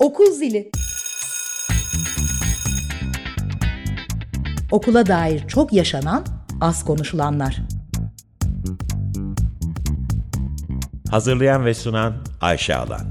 Okul zili. Okula dair çok yaşanan, az konuşulanlar. Hazırlayan ve sunan Ayşe Alan.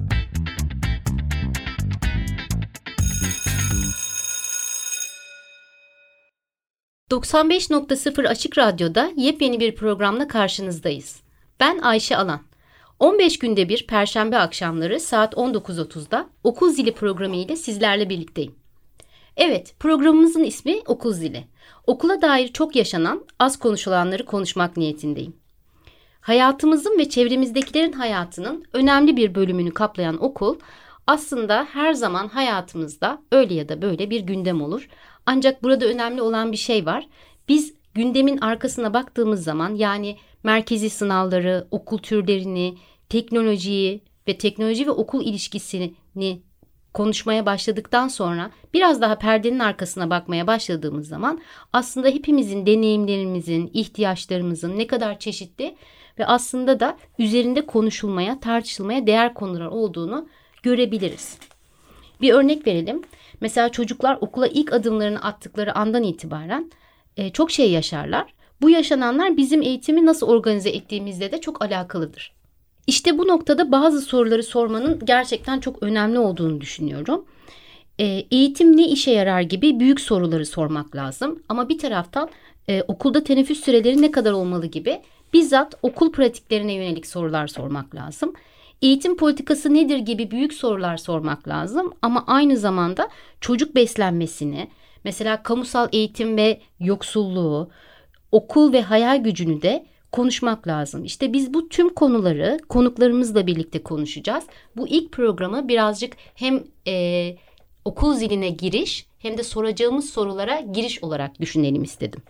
...95.0 Açık Radyo'da yepyeni bir programla karşınızdayız. Ben Ayşe Alan. 15 günde bir Perşembe akşamları saat 19.30'da Okul Zili programı ile sizlerle birlikteyim. Evet, programımızın ismi Okul Zili. Okula dair çok yaşanan, az konuşulanları konuşmak niyetindeyim. Hayatımızın ve çevremizdekilerin hayatının önemli bir bölümünü kaplayan okul, aslında her zaman hayatımızda öyle ya da böyle bir gündem olur. Ancak burada önemli olan bir şey var. Biz gündemin arkasına baktığımız zaman, yani merkezi sınavları, okul türlerini, teknolojiyi ve teknoloji ve okul ilişkisini konuşmaya başladıktan sonra biraz daha perdenin arkasına bakmaya başladığımız zaman aslında hepimizin deneyimlerimizin, ihtiyaçlarımızın ne kadar çeşitli ve aslında da üzerinde konuşulmaya, tartışılmaya değer konular olduğunu görebiliriz. Bir örnek verelim. Mesela çocuklar okula ilk adımlarını attıkları andan itibaren çok şey yaşarlar. Bu yaşananlar bizim eğitimi nasıl organize ettiğimizle de çok alakalıdır. İşte bu noktada bazı soruları sormanın gerçekten çok önemli olduğunu düşünüyorum. Eğitim ne işe yarar gibi büyük soruları sormak lazım. Ama bir taraftan okulda teneffüs süreleri ne kadar olmalı gibi bizzat okul pratiklerine yönelik sorular sormak lazım. Eğitim politikası nedir gibi büyük sorular sormak lazım. Ama aynı zamanda çocuk beslenmesini, mesela kamusal eğitim ve yoksulluğu, okul ve hayal gücünü de konuşmak lazım. İşte biz bu tüm konuları konuklarımızla birlikte konuşacağız. Bu ilk programı birazcık hem okul ziline giriş hem de soracağımız sorulara giriş olarak düşünelim istedim.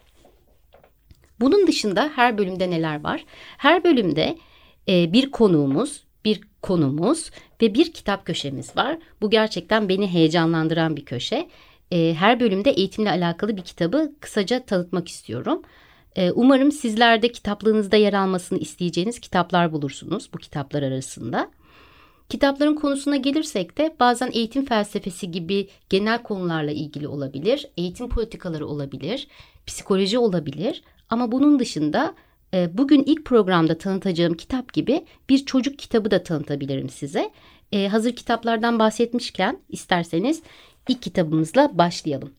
Bunun dışında her bölümde neler var? Her bölümde bir konuğumuz, bir konumuz ve bir kitap köşemiz var. Bu gerçekten beni heyecanlandıran bir köşe. Her bölümde eğitimle alakalı bir kitabı kısaca tanıtmak istiyorum. Umarım sizler de kitaplığınızda yer almasını isteyeceğiniz kitaplar bulursunuz bu kitaplar arasında. Kitapların konusuna gelirsek de bazen eğitim felsefesi gibi genel konularla ilgili olabilir, eğitim politikaları olabilir, psikoloji olabilir. Ama bunun dışında bugün ilk programda tanıtacağım kitap gibi bir çocuk kitabı da tanıtabilirim size. Hazır kitaplardan bahsetmişken isterseniz ilk kitabımızla başlayalım.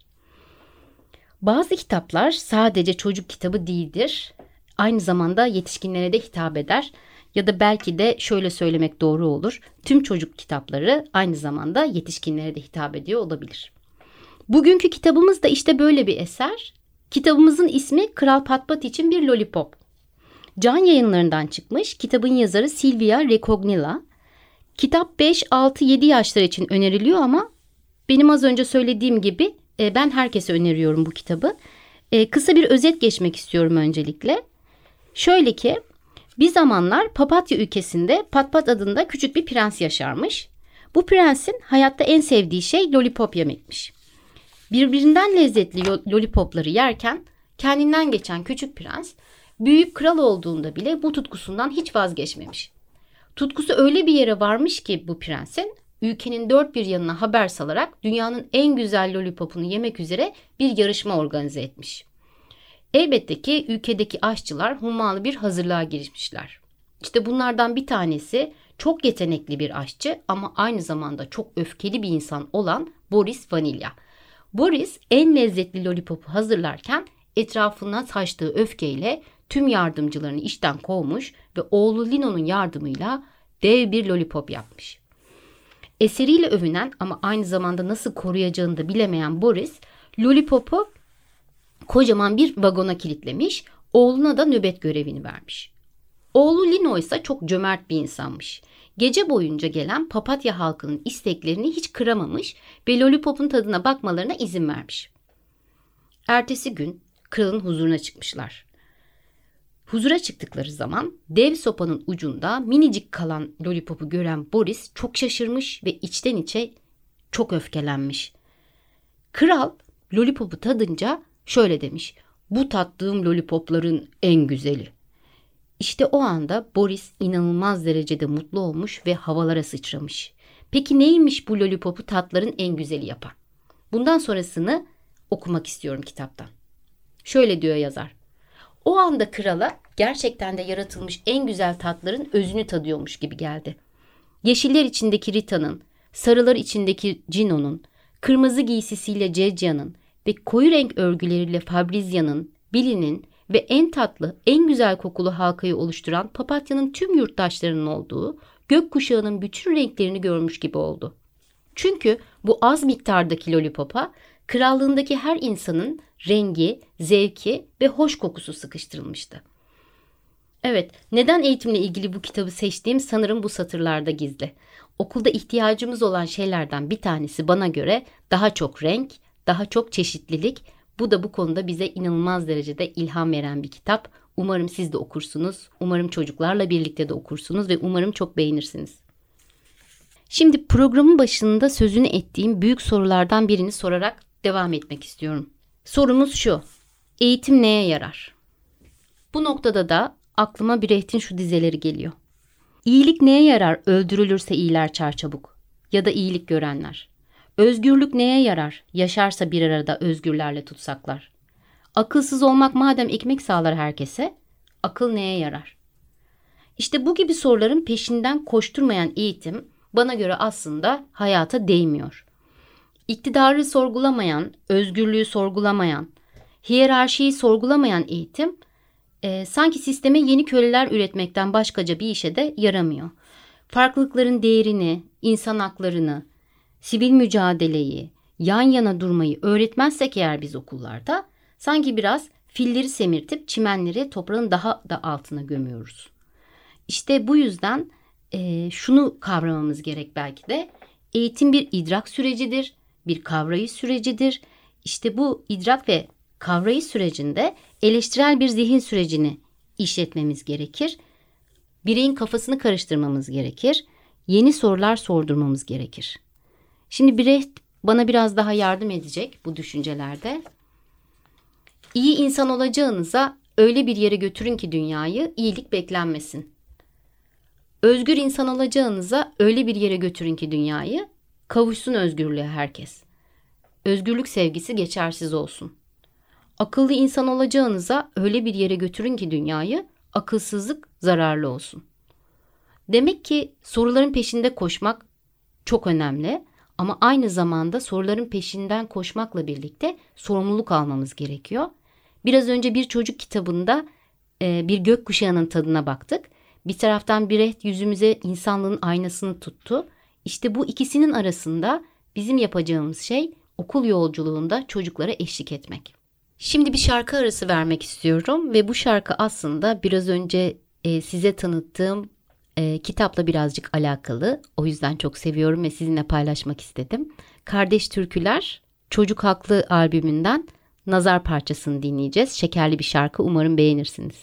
Bazı kitaplar sadece çocuk kitabı değildir. Aynı zamanda yetişkinlere de hitap eder. Ya da belki de şöyle söylemek doğru olur. Tüm çocuk kitapları aynı zamanda yetişkinlere de hitap ediyor olabilir. Bugünkü kitabımız da işte böyle bir eser. Kitabımızın ismi Kral Pat için bir Lollipop. Can Yayınları'ndan çıkmış. Kitabın yazarı Silvia Recognila. Kitap 5, 6, 7 yaşlar için öneriliyor ama benim az önce söylediğim gibi ben herkese öneriyorum bu kitabı. Kısa bir özet geçmek istiyorum öncelikle. Şöyle ki, bir zamanlar Papatya ülkesinde Pat adında küçük bir prens yaşarmış. Bu prensin hayatta en sevdiği şey lollipop yemekmiş. Birbirinden lezzetli lollipopları yerken kendinden geçen küçük prens büyüyüp kral olduğunda bile bu tutkusundan hiç vazgeçmemiş. Tutkusu öyle bir yere varmış ki bu prensin, ülkenin dört bir yanına haber salarak dünyanın en güzel lollipopunu yemek üzere bir yarışma organize etmiş. Elbette ki ülkedeki aşçılar hummalı bir hazırlığa girişmişler. İşte bunlardan bir tanesi çok yetenekli bir aşçı ama aynı zamanda çok öfkeli bir insan olan Boris Vanilya. Boris en lezzetli lollipopu hazırlarken etrafına taştığı öfkeyle tüm yardımcılarını işten kovmuş ve oğlu Lino'nun yardımıyla dev bir lollipop yapmış. Eseriyle övünen ama aynı zamanda nasıl koruyacağını da bilemeyen Boris, lollipopu kocaman bir vagona kilitlemiş, oğluna da nöbet görevini vermiş. Oğlu Lino ise çok cömert bir insanmış. Gece boyunca gelen Papatya halkının isteklerini hiç kıramamış ve lollipopun tadına bakmalarına izin vermiş. Ertesi gün kralın huzuruna çıkmışlar. Huzura çıktıkları zaman dev sopanın ucunda minicik kalan lollipopu gören Boris çok şaşırmış ve içten içe çok öfkelenmiş. Kral lollipopu tadınca şöyle demiş: "Bu tattığım lollipopların en güzeli." İşte o anda Boris inanılmaz derecede mutlu olmuş ve havalara sıçramış. Peki neymiş bu lollipopu tatların en güzeli yapan? Bundan sonrasını okumak istiyorum kitaptan. Şöyle diyor yazar. O anda krala gerçekten de yaratılmış en güzel tatların özünü tadıyormuş gibi geldi. Yeşiller içindeki Rita'nın, sarılar içindeki Cino'nun, kırmızı giysisiyle Cecya'nın ve koyu renk örgüleriyle Fabrizia'nın, Billy'nin ve en tatlı, en güzel kokulu halkayı oluşturan Papatya'nın tüm yurttaşlarının olduğu, gökkuşağının bütün renklerini görmüş gibi oldu. Çünkü bu az miktardaki lollipopa, krallığındaki her insanın rengi, zevki ve hoş kokusu sıkıştırılmıştı. Evet, neden eğitimle ilgili bu kitabı seçtiğim sanırım bu satırlarda gizli. Okulda ihtiyacımız olan şeylerden bir tanesi bana göre daha çok renk, daha çok çeşitlilik. Bu da bu konuda bize inanılmaz derecede ilham veren bir kitap. Umarım siz de okursunuz, umarım çocuklarla birlikte de okursunuz ve umarım çok beğenirsiniz. Şimdi programın başında sözünü ettiğim büyük sorulardan birini sorarak devam etmek istiyorum. Sorumuz şu: eğitim neye yarar? Bu noktada da aklıma Brecht'in şu dizeleri geliyor. İyilik neye yarar öldürülürse iyiler çarçabuk ya da iyilik görenler? Özgürlük neye yarar yaşarsa bir arada özgürlerle tutsaklar? Akılsız olmak madem ekmek sağlar herkese, akıl neye yarar? İşte bu gibi soruların peşinden koşturmayan eğitim bana göre aslında hayata değmiyor. İktidarı sorgulamayan, özgürlüğü sorgulamayan, hiyerarşiyi sorgulamayan eğitim sanki sisteme yeni köleler üretmekten başkaca bir işe de yaramıyor. Farklılıkların değerini, insan haklarını, sivil mücadeleyi, yan yana durmayı öğretmezsek eğer biz okullarda sanki biraz filleri semirtip çimenleri toprağın daha da altına gömüyoruz. İşte bu yüzden şunu kavramamız gerek belki de. Eğitim bir idrak sürecidir, bir kavrayış sürecidir. İşte bu idrak ve kavrayış sürecinde eleştirel bir zihin sürecini işletmemiz gerekir. Bireyin kafasını karıştırmamız gerekir. Yeni sorular sordurmamız gerekir. Şimdi Brecht bana biraz daha yardım edecek bu düşüncelerde. İyi insan olacağınıza öyle bir yere götürün ki dünyayı iyilik beklenmesin. Özgür insan olacağınıza öyle bir yere götürün ki dünyayı kavuşsun özgürlüğe herkes. Özgürlük sevgisi geçersiz olsun. Akıllı insan olacağınıza öyle bir yere götürün ki dünyayı akılsızlık zararlı olsun. Demek ki soruların peşinde koşmak çok önemli ama aynı zamanda soruların peşinden koşmakla birlikte sorumluluk almamız gerekiyor. Biraz önce bir çocuk kitabında bir gökkuşağının tadına baktık. Bir taraftan Brecht yüzümüze insanlığın aynasını tuttu. İşte bu ikisinin arasında bizim yapacağımız şey okul yolculuğunda çocuklara eşlik etmek. Şimdi bir şarkı arası vermek istiyorum ve bu şarkı aslında biraz önce size tanıttığım kitapla birazcık alakalı. O yüzden çok seviyorum ve sizinle paylaşmak istedim. Kardeş Türküler Çocuk Haklı albümünden Nazar parçasını dinleyeceğiz. Şekerli bir şarkı, umarım beğenirsiniz.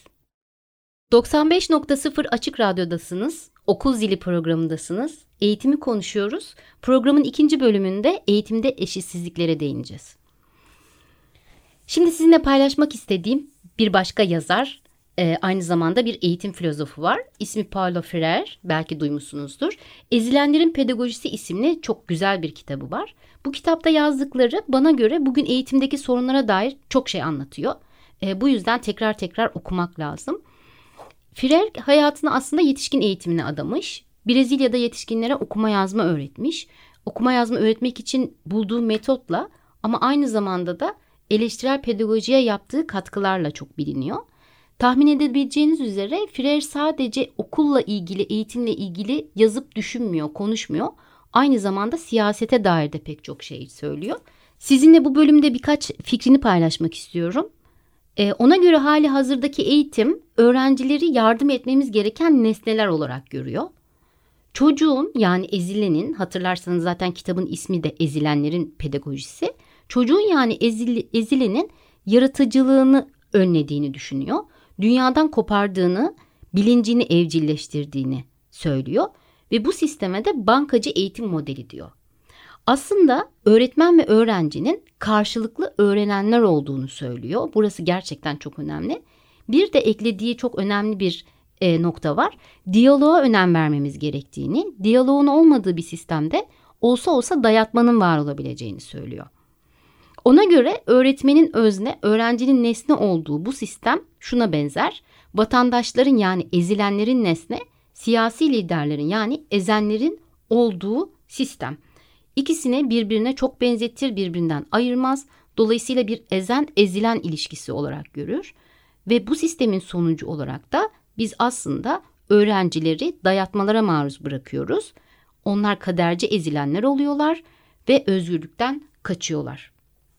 95.0 Açık Radyo'dasınız. Okul Zili programındasınız. Eğitimi konuşuyoruz. Programın ikinci bölümünde eğitimde eşitsizliklere değineceğiz. Şimdi sizinle paylaşmak istediğim bir başka yazar, aynı zamanda bir eğitim filozofu var. İsmi Paulo Freire, belki duymuşsunuzdur. Ezilenlerin Pedagojisi isimli çok güzel bir kitabı var. Bu kitapta yazdıkları bana göre bugün eğitimdeki sorunlara dair çok şey anlatıyor. Bu yüzden tekrar okumak lazım. Freire hayatını aslında yetişkin eğitimine adamış. Brezilya'da yetişkinlere okuma yazma öğretmiş. Okuma yazma öğretmek için bulduğu metotla ama aynı zamanda da eleştirel pedagojiye yaptığı katkılarla çok biliniyor. Tahmin edebileceğiniz üzere Freire sadece okulla ilgili, eğitimle ilgili yazıp düşünmüyor, konuşmuyor. Aynı zamanda siyasete dair de pek çok şey söylüyor. Sizinle bu bölümde birkaç fikrini paylaşmak istiyorum. Ona göre hali hazırdaki eğitim öğrencileri yardım etmemiz gereken nesneler olarak görüyor. Çocuğun, yani ezilenin, hatırlarsanız zaten kitabın ismi de Ezilenlerin Pedagojisi. Çocuğun, yani ezilenin yaratıcılığını önlediğini düşünüyor. Dünyadan kopardığını, bilincini evcilleştirdiğini söylüyor. Ve bu sisteme de bankacı eğitim modeli diyor. Aslında öğretmen ve öğrencinin karşılıklı öğrenenler olduğunu söylüyor. Burası gerçekten çok önemli. Bir de eklediği çok önemli bir nokta var. Diyaloğa önem vermemiz gerektiğini, diyaloğun olmadığı bir sistemde olsa dayatmanın var olabileceğini söylüyor. Ona göre öğretmenin özne, öğrencinin nesne olduğu bu sistem şuna benzer. Vatandaşların yani ezilenlerin nesne, siyasi liderlerin yani ezenlerin olduğu sistem. İkisini birbirine çok benzetir, birbirinden ayırmaz. Dolayısıyla bir ezen-ezilen ilişkisi olarak görür. Ve bu sistemin sonucu olarak da biz aslında öğrencileri dayatmalara maruz bırakıyoruz. Onlar kaderci ezilenler oluyorlar ve özgürlükten kaçıyorlar.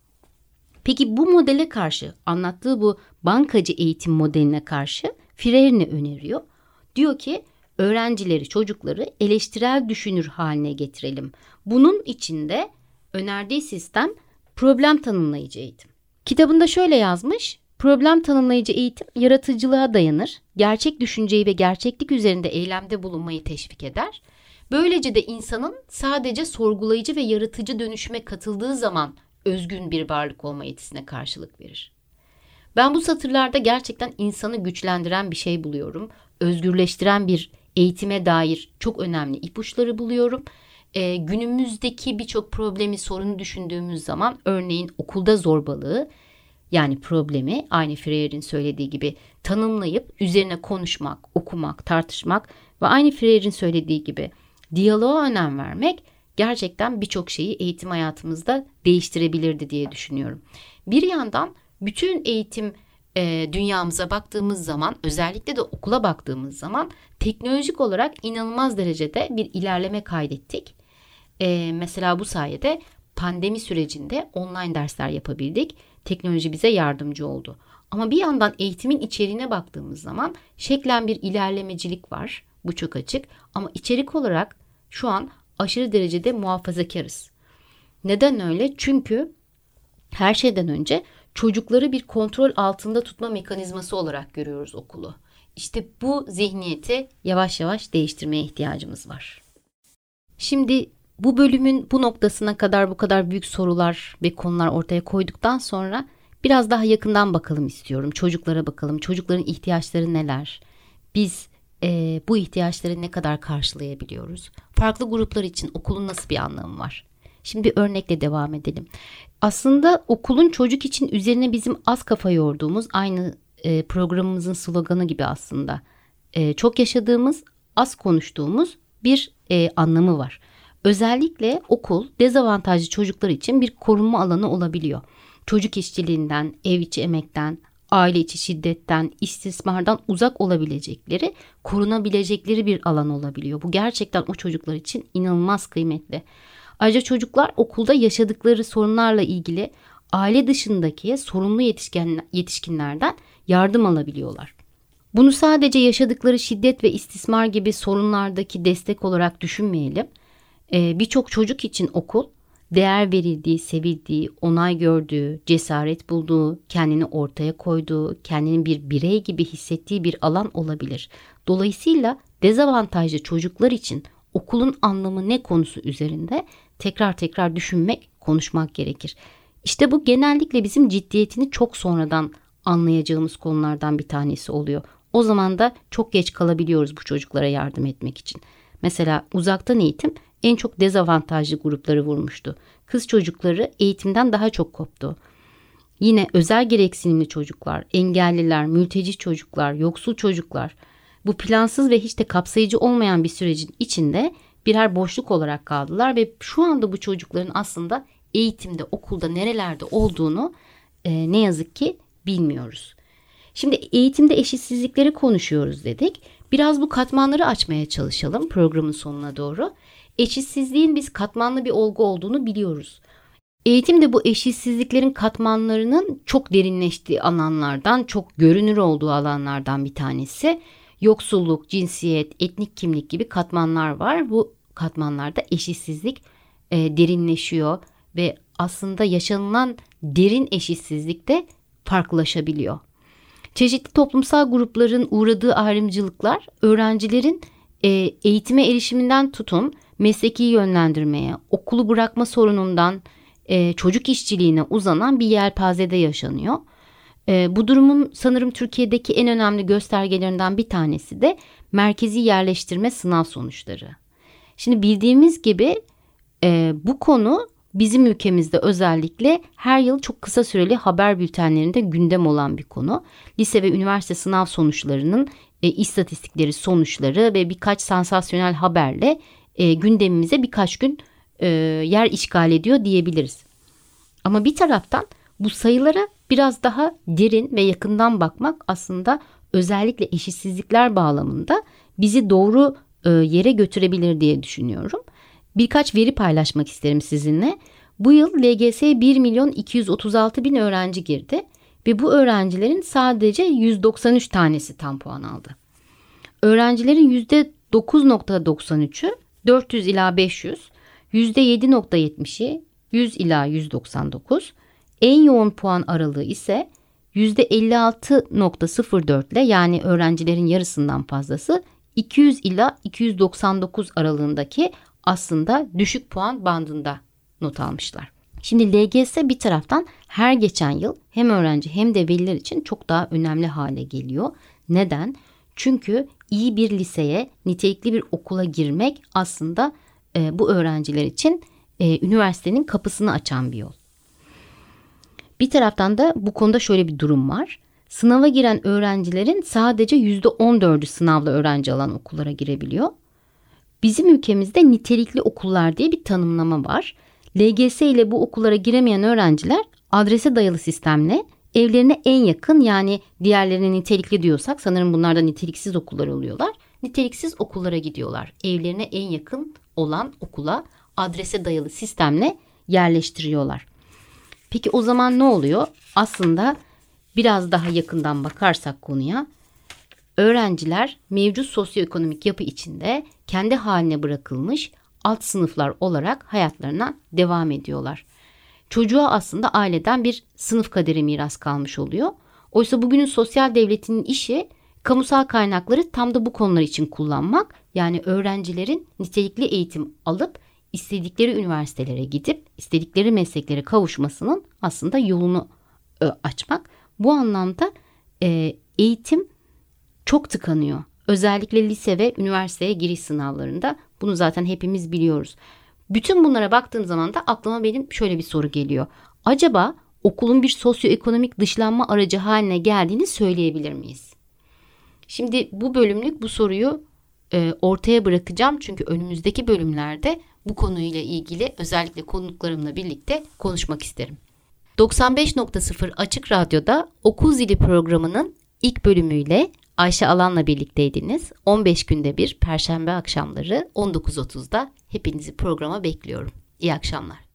Peki bu modele karşı, anlattığı bu bankacı eğitim modeline karşı Freire ne öneriyor? Diyor ki öğrencileri, çocukları eleştirel düşünür haline getirelim. Bunun içinde önerdiği sistem problem tanımlayıcı eğitim. Kitabında şöyle yazmış: problem tanımlayıcı eğitim yaratıcılığa dayanır, gerçek düşünceyi ve gerçeklik üzerinde eylemde bulunmayı teşvik eder. Böylece de insanın sadece sorgulayıcı ve yaratıcı dönüşüme katıldığı zaman özgün bir varlık olma yetisine karşılık verir. Ben bu satırlarda gerçekten insanı güçlendiren bir şey buluyorum. Özgürleştiren bir eğitime dair çok önemli ipuçları buluyorum. Günümüzdeki birçok problemi, sorunu düşündüğümüz zaman örneğin okulda zorbalığı, yani problemi aynı Freire'in söylediği gibi tanımlayıp üzerine konuşmak, okumak, tartışmak ve aynı Freire'in söylediği gibi diyaloğa önem vermek gerçekten birçok şeyi eğitim hayatımızda değiştirebilirdi diye düşünüyorum. Bir yandan bütün eğitim dünyamıza baktığımız zaman, özellikle de okula baktığımız zaman teknolojik olarak inanılmaz derecede bir ilerleme kaydettik. Mesela bu sayede pandemi sürecinde online dersler yapabildik. Teknoloji bize yardımcı oldu. Ama bir yandan eğitimin içeriğine baktığımız zaman şeklen bir ilerlemecilik var. Bu çok açık. Ama içerik olarak şu an aşırı derecede muhafazakarız. Neden öyle? Çünkü her şeyden önce çocukları bir kontrol altında tutma mekanizması olarak görüyoruz okulu. İşte bu zihniyeti yavaş yavaş değiştirmeye ihtiyacımız var. Şimdi bu bölümün bu noktasına kadar bu kadar büyük sorular ve konular ortaya koyduktan sonra biraz daha yakından bakalım istiyorum. Çocuklara bakalım. Çocukların ihtiyaçları neler? Biz bu ihtiyaçları ne kadar karşılayabiliyoruz? Farklı gruplar için okulun nasıl bir anlamı var? Şimdi bir örnekle devam edelim. Aslında okulun çocuk için üzerine bizim az kafa yorduğumuz, aynı programımızın sloganı gibi aslında çok yaşadığımız, az konuştuğumuz bir anlamı var. Özellikle okul dezavantajlı çocuklar için bir korunma alanı olabiliyor. Çocuk işçiliğinden, ev içi emekten, aile içi şiddetten, istismardan uzak olabilecekleri, korunabilecekleri bir alan olabiliyor. Bu gerçekten o çocuklar için inanılmaz kıymetli. Ayrıca çocuklar okulda yaşadıkları sorunlarla ilgili aile dışındaki sorumlu yetişkinlerden yardım alabiliyorlar. Bunu sadece yaşadıkları şiddet ve istismar gibi sorunlardaki destek olarak düşünmeyelim. Birçok çocuk için okul, değer verildiği, sevildiği, onay gördüğü, cesaret bulduğu, kendini ortaya koyduğu, kendini bir birey gibi hissettiği bir alan olabilir. Dolayısıyla dezavantajlı çocuklar için okulun anlamı ne konusu üzerinde tekrar düşünmek, konuşmak gerekir. İşte bu genellikle bizim ciddiyetini çok sonradan anlayacağımız konulardan bir tanesi oluyor. O zaman da çok geç kalabiliyoruz bu çocuklara yardım etmek için. Mesela uzaktan eğitim en çok dezavantajlı grupları vurmuştu. Kız çocukları eğitimden daha çok koptu. Yine özel gereksinimli çocuklar, engelliler, mülteci çocuklar, yoksul çocuklar bu plansız ve hiç de kapsayıcı olmayan bir sürecin içinde birer boşluk olarak kaldılar ve şu anda bu çocukların aslında eğitimde, okulda nerelerde olduğunu ne yazık ki bilmiyoruz. Şimdi eğitimde eşitsizlikleri konuşuyoruz dedik. Biraz bu katmanları açmaya çalışalım programın sonuna doğru. Eşitsizliğin biz katmanlı bir olgu olduğunu biliyoruz. Eğitimde bu eşitsizliklerin katmanlarının çok derinleştiği alanlardan, çok görünür olduğu alanlardan bir tanesi. Yoksulluk, cinsiyet, etnik kimlik gibi katmanlar var. Bu katmanlarda eşitsizlik derinleşiyor ve aslında yaşanılan derin eşitsizlik de farklılaşabiliyor. Çeşitli toplumsal grupların uğradığı ayrımcılıklar öğrencilerin eğitime erişiminden tutun mesleki yönlendirmeye, okulu bırakma sorunundan çocuk işçiliğine uzanan bir yelpazede yaşanıyor. Bu durumun sanırım Türkiye'deki en önemli göstergelerinden bir tanesi de merkezi yerleştirme sınav sonuçları. Şimdi bildiğimiz gibi bu konu bizim ülkemizde özellikle her yıl çok kısa süreli haber bültenlerinde gündem olan bir konu. Lise ve üniversite sınav sonuçlarının istatistikleri, sonuçları ve birkaç sansasyonel haberle gündemimize birkaç gün yer işgal ediyor diyebiliriz. Ama bir taraftan bu sayılara biraz daha derin ve yakından bakmak aslında özellikle eşitsizlikler bağlamında bizi doğru yere götürebilir diye düşünüyorum. Birkaç veri paylaşmak isterim sizinle. Bu yıl LGS'ye 1.236.000 öğrenci girdi ve bu öğrencilerin sadece 193 tanesi tam puan aldı. Öğrencilerin %9.93'ü 400 ila 500, %7.70'i 100 ila 199, en yoğun puan aralığı ise %56.04 ile, yani öğrencilerin yarısından fazlası 200 ila 299 aralığındaki aslında düşük puan bandında not almışlar. Şimdi LGS bir taraftan her geçen yıl hem öğrenci hem de veliler için çok daha önemli hale geliyor. Neden? Çünkü iyi bir liseye, nitelikli bir okula girmek aslında bu öğrenciler için üniversitenin kapısını açan bir yol. Bir taraftan da bu konuda şöyle bir durum var. Sınava giren öğrencilerin sadece %14'ü sınavla öğrenci alan okullara girebiliyor. Bizim ülkemizde nitelikli okullar diye bir tanımlama var. LGS ile bu okullara giremeyen öğrenciler adrese dayalı sistemle evlerine en yakın, yani diğerlerine nitelikli diyorsak sanırım bunlar da niteliksiz okullar oluyorlar. Niteliksiz okullara gidiyorlar. Evlerine en yakın olan okula adrese dayalı sistemle yerleştiriyorlar. Peki o zaman ne oluyor? Aslında biraz daha yakından bakarsak konuya, öğrenciler mevcut sosyoekonomik yapı içinde kendi haline bırakılmış alt sınıflar olarak hayatlarına devam ediyorlar. Çocuğa aslında aileden bir sınıf kaderi miras kalmış oluyor. Oysa bugünün sosyal devletinin işi kamusal kaynakları tam da bu konular için kullanmak. Yani öğrencilerin nitelikli eğitim alıp istedikleri üniversitelere gidip istedikleri mesleklere kavuşmasının aslında yolunu açmak. Bu anlamda eğitim çok tıkanıyor. Özellikle lise ve üniversiteye giriş sınavlarında bunu zaten hepimiz biliyoruz. Bütün bunlara baktığım zaman da aklıma benim şöyle bir soru geliyor. Acaba okulun bir sosyoekonomik dışlanma aracı haline geldiğini söyleyebilir miyiz? Şimdi bu bölümlük bu soruyu ortaya bırakacağım. Çünkü önümüzdeki bölümlerde bu konuyla ilgili özellikle konuklarımla birlikte konuşmak isterim. 95.0 Açık Radyo'da Okul Zili programının ilk bölümüyle Ayşe Alan'la birlikteydiniz. 15 günde bir Perşembe akşamları 19.30'da hepinizi programa bekliyorum. İyi akşamlar.